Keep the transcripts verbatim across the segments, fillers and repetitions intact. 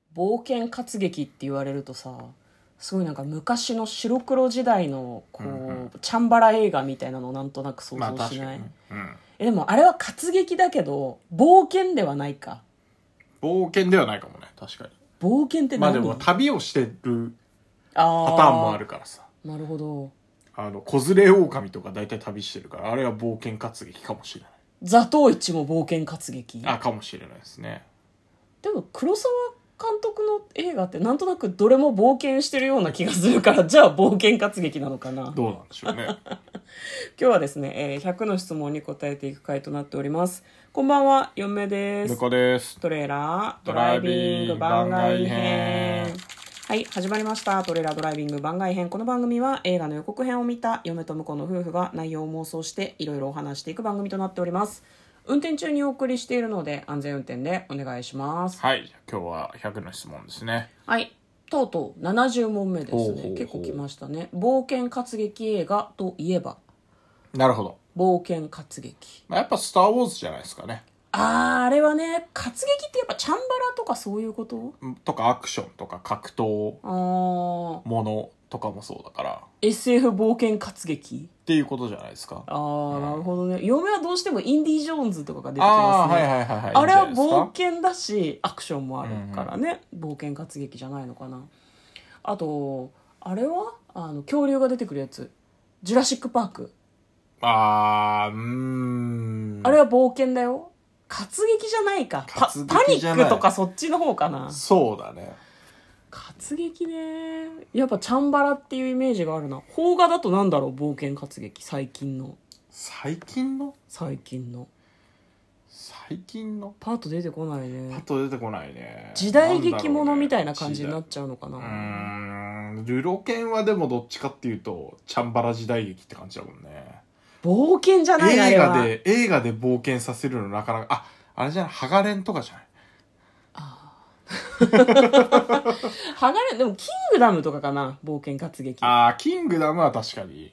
冒険活劇って言われるとさ、すごいなんか昔の白黒時代のこう、うんうん、チャンバラ映画みたいなのをなんとなく想像しない、まあうん、えでもあれは活劇だけど冒険ではないか。 冒険ではないかもね。確かに冒険って何？ まあでも旅をしてるパターンもあるからさ。 なるほど。 あの子連れ狼とか大体旅してるから、あれは冒険活劇かもしれない。 座頭市も冒険活劇？ あ、かもしれないですね。 でも黒沢監督の映画ってなんとなくどれも冒険してるような気がするからじゃあ冒険活劇なのかな。 どうなんでしょうね。 今日はですね、えー、ひゃくの質問に答えていく回となっております。こんばんは、よんめです。 むこです。 トレーラードライビング番外編。はい、始まりました。トレーラードライビング番外編。この番組は映画の予告編を見た嫁と婿の夫婦が内容を妄想していろいろお話していく番組となっております。運転中にお送りしているので安全運転でお願いします。 はい、今日はひゃくの質問ですね。 はい、とうとうななじゅうもんめですね。 ほうほうほう、 結構来ましたね。冒険活劇映画といえば。 なるほど。 冒険活劇、 まあ、やっぱスターウォーズじゃないですかね。 あー、あれはね、活劇ってやっぱチャンバラとかそういうこととかアクションとか格闘ものとかもそうだからエスエフ 冒険活劇っていうことじゃないですか。 あー、うん、なるほどね。嫁はどうしてもインディ・ジョーンズとかが出てきますね。あ、 ね、 はいはいはいはい、 あれは冒険だしアクションもあるからね、 うんうん、冒険活劇じゃないのかな。あとあれはあの恐竜が出てくるやつ、ジュラシック・パーク。 あー、うーん、 あれは冒険だよ。活劇じゃないか。パ、パニックとかそっちの方かな。 そうだね。 活劇ね。やっぱチャンバラっていうイメージがあるな。邦画だとなんだろう、冒険活劇。最近の。 最近の最近の。 最近のパッと出てこないね。 パッと出てこないね。 時代劇ものみたいな感じになっちゃうのかな。 うーん。ルロケンはでもどっちかっていうと、チャンバラ時代劇って感じだもんね。冒険じゃないな、 映画で、映画で冒険させるのなかなか、あ、あれじゃない、ハガレンとかじゃない。 ああ。ハガレン、でもキングダムとかかな、冒険活劇。 ああ、キングダムは確かに。 うん。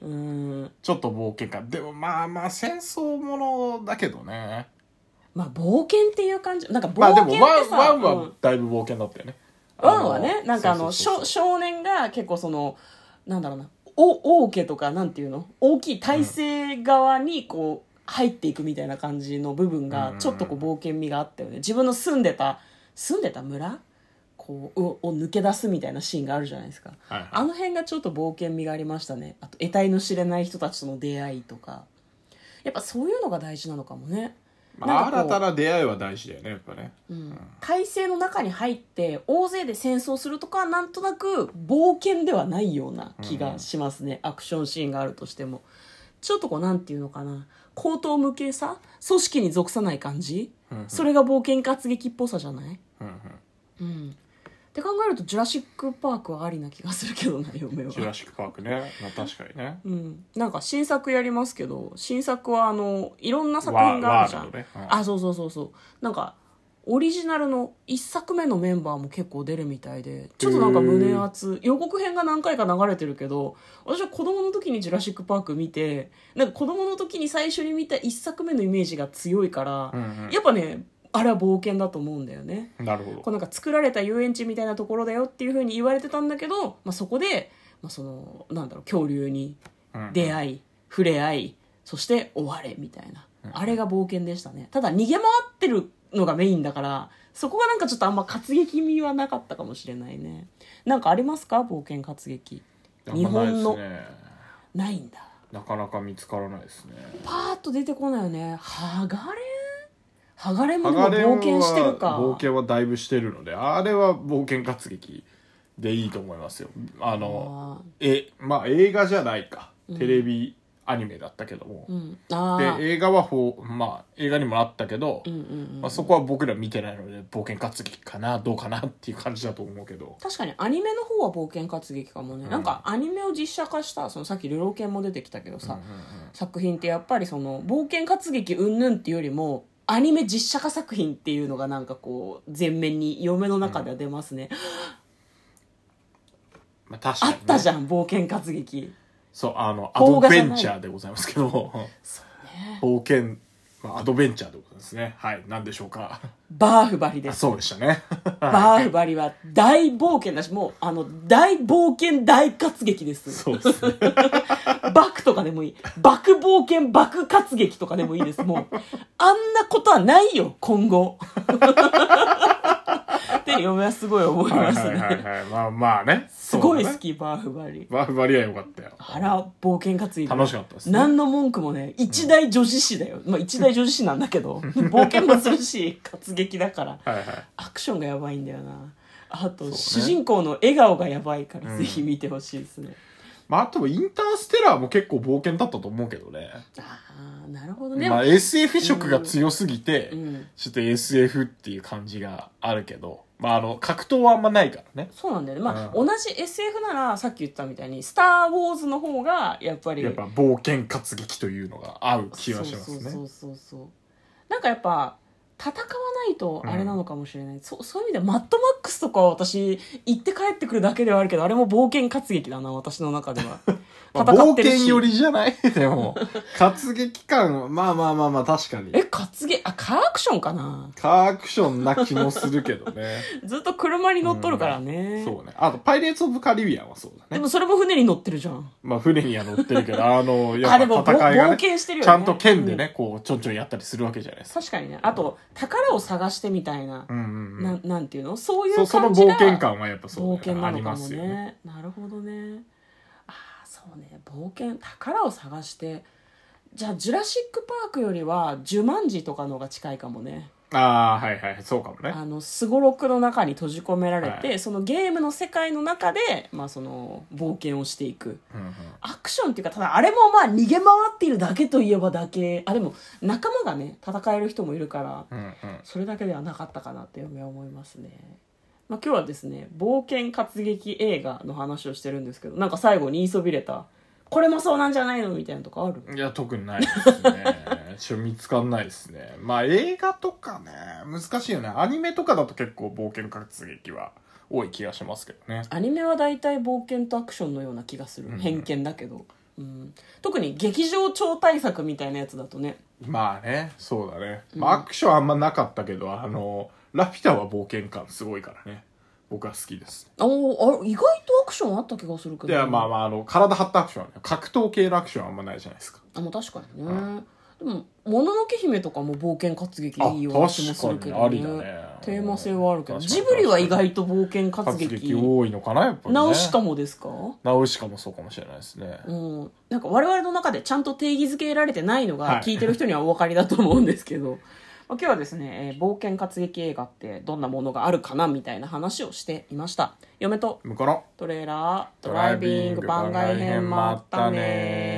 ちょっと冒険か。でもまあまあ、戦争ものだけどね。 まあ、冒険っていう感じ。なんか冒険ってさ、まあでもワン、ワンはだいぶ冒険だったよね。 ワンはね、なんかあの、少年が結構その、なんだろうな。お王家とかなんていうの大きい体制側にこう入っていくみたいな感じの部分がちょっとこう冒険味があったよね。自分の住んでた住んでた村こうを抜け出すみたいなシーンがあるじゃないですか、 はいはい、 あの辺がちょっと冒険味がありましたね。あと得体の知れない人たちとの出会いとか、やっぱそういうのが大事なのかもね。 まあ、新たな出会いは大事だよね、やっぱね、 うんうん、体制の中に入って大勢で戦争するとかはなんとなく冒険ではないような気がしますね、うん、アクションシーンがあるとしてもちょっとこうなんていうのかな、高等無形さ、組織に属さない感じ、うんうん、それが冒険活劇っぽさじゃない、うんうんうん、って考えるとジュラシックパークはありな気がするけどな、嫁は。 ジュラシックパークね、まあ、確かにね、 うん、なんか新作やりますけど、新作はあのいろんな作品があるじゃん、ね、うん、あ、そうそうそうそう、なんかオリジナルのいっさくめのメンバーも結構出るみたいで、ちょっとなんか胸熱、予告編が何回か流れてるけど、私は子供の時にジュラシックパーク見て、なんか子供の時に最初に見たいっさくめのイメージが強いから、うんうん、やっぱねあれは冒険だと思うんだよね。 なるほど。 こうなんか作られた遊園地みたいなところだよっていう風に言われてたんだけど、まあ、そこで、まあ、そのなんだろう、恐竜に出会い、うんうん、触れ合い、そして終われみたいな、うんうん、あれが冒険でしたね。ただ逃げ回ってるのがメインだから、そこがなんかちょっとあんま活劇味はなかったかもしれないね。なんかありますか、冒険活劇。日本のないんだ。 なかなか見つからないですね。 パーッと出てこないよね。ハガレンハガレンもでも冒険してるか。 冒険はだいぶしてるので、あれは冒険活劇でいいと思いますよ。あの、あえ、まあ映画じゃないか。テレビ、アニメだったけども。うん、あで、映画はフォー、まあ映画にもなったけど、うんうんうんうん、まあ、そこは僕ら見てないので、冒険活劇かな、どうかなっていう感じだと思うけど。 確かにアニメの方は冒険活劇かもね。うん、なんかアニメを実写化した、そのさっきルロケンも出てきたけどさ、うんうんうん、作品ってやっぱりその冒険活劇うんぬんっていうよりも、アニメ実写化作品っていうのがなんかこう前面に嫁の中では出ますね、 うん、まあ、確かにね、 あったじゃん冒険活劇。 そう、あのアドベンチャーでございますけどそう、ね、冒険まあ、アドベンチャーということですね。はい。何でしょうか。 バーフバリです。 そうでしたね。 バーフバリは大冒険だし、もう、あの、大冒険大活劇です。 そうですね。 バクとかでもいい。爆冒険爆活劇とかでもいいです。もう、あんなことはないよ、今後。って嫁はすごい思いますね。 はいはいはいはい。まあまあね。 すごい好き、ね、バーフバリ。 バーフバリは良かったよ。 あら、冒険活劇。 楽しかったですね。 何の文句もね、一大女子誌だよ。まあ一大女子誌なんだけど、冒険もするし、活劇だから、 はいはい、 アクションがやばいんだよな。あと、ね、主人公の笑顔がやばいから、ぜひ見てほしいですね。 まあ、あとインターステラーも結構冒険だったと思うけどね。 ああ、なるほどね。 まあ エスエフ 色が強すぎて、 うんうん、 ちょっと エスエフ っていう感じがあるけど、まああの、格闘はあんまないからね。 そうなんだよね。まあ、うん、同じ エスエフ なら、さっき言ったみたいに、スター・ウォーズの方が、やっぱり。 やっぱ冒険活劇というのが合う気がしますね。 そうそうそうそう。なんかやっぱ、戦わないとあれなのかもしれない、うん、そ, そういう意味でマッドマックスとかは私行って帰ってくるだけではあるけど、あれも冒険活劇だな、私の中では。 まあ、冒険寄りじゃないでも活劇感、まあまあまあまあ確かに。 え、活劇、あ、カーアクションかな。 カーアクションな気もするけどね。 ずっと車に乗っとるからね、 うん、そうね。あとパイレーツ・オブ・カリビアンはそうだね。 でもそれも船に乗ってるじゃん。 まあ船には乗ってるけど、あのやっぱ戦いが、ね、 冒険してるよね。 ちゃんと剣でね、うん、こうちょんちょんやったりするわけじゃないですか。 確かにね。あと宝を探してみたいな、 うんうんうん、 な, なんていうの、そういう感じが、 そ, その冒険感はやっぱそう、 冒険なのかも ね, ね。 なるほどね。ああ、そうね、冒険、宝を探して、じゃあジュラシックパークよりはジュマンジとかの方が近いかもね。 ああ、はいはい、そうかもね。 あのスゴロクの中に閉じ込められて、 はい、 そのゲームの世界の中で、まあ、その冒険をしていく、 うんうん、 アクションっていうか、ただあれもまあ逃げ回っているだけといえばだけ、あ、でも仲間がね戦える人もいるから、 うんうん、 それだけではなかったかなって嫁は思いますね。まあ、今日はですね、冒険活劇映画の話をしてるんですけど、なんか最後に言いそびれた、これもそうなんじゃないのみたいなとかある？ いや、特にないですね。ちょっと見つかんないですね。まあ映画とかね、難しいよね。アニメとかだと結構冒険活劇は多い気がしますけどね。 アニメは大体冒険とアクションのような気がする。うん、偏見だけど。うん、特に劇場超大作みたいなやつだとね。 まあね、そうだね。まあ、アクションあんまなかったけど、あの、ラピュタは冒険感すごいからね。僕は好きです。 おあ、意外とアクションあった気がするけど、ね。 いや、まあまあ、あの、体張ったアクションはね、格闘系のアクションはあんまないじゃないですか。 あ、もう確かにね。うん、でも、もののけ姫とかも冒険活劇いいような気もするけどね。 ありだね。 テーマ性はあるけど、ジブリは意外と冒険活劇。 活劇多いのかな、やっぱり、ね。 ナウシカもですか？ ナウシカもそうかもしれないですね。 うん。なんか我々の中でちゃんと定義づけられてないのが、聞いてる人にはお分かりだと思うんですけど。はい、今日はですね、えー、冒険活劇映画ってどんなものがあるかなみたいな話をしていました。嫁と向こうのトレーラードライビング番外編もあったね。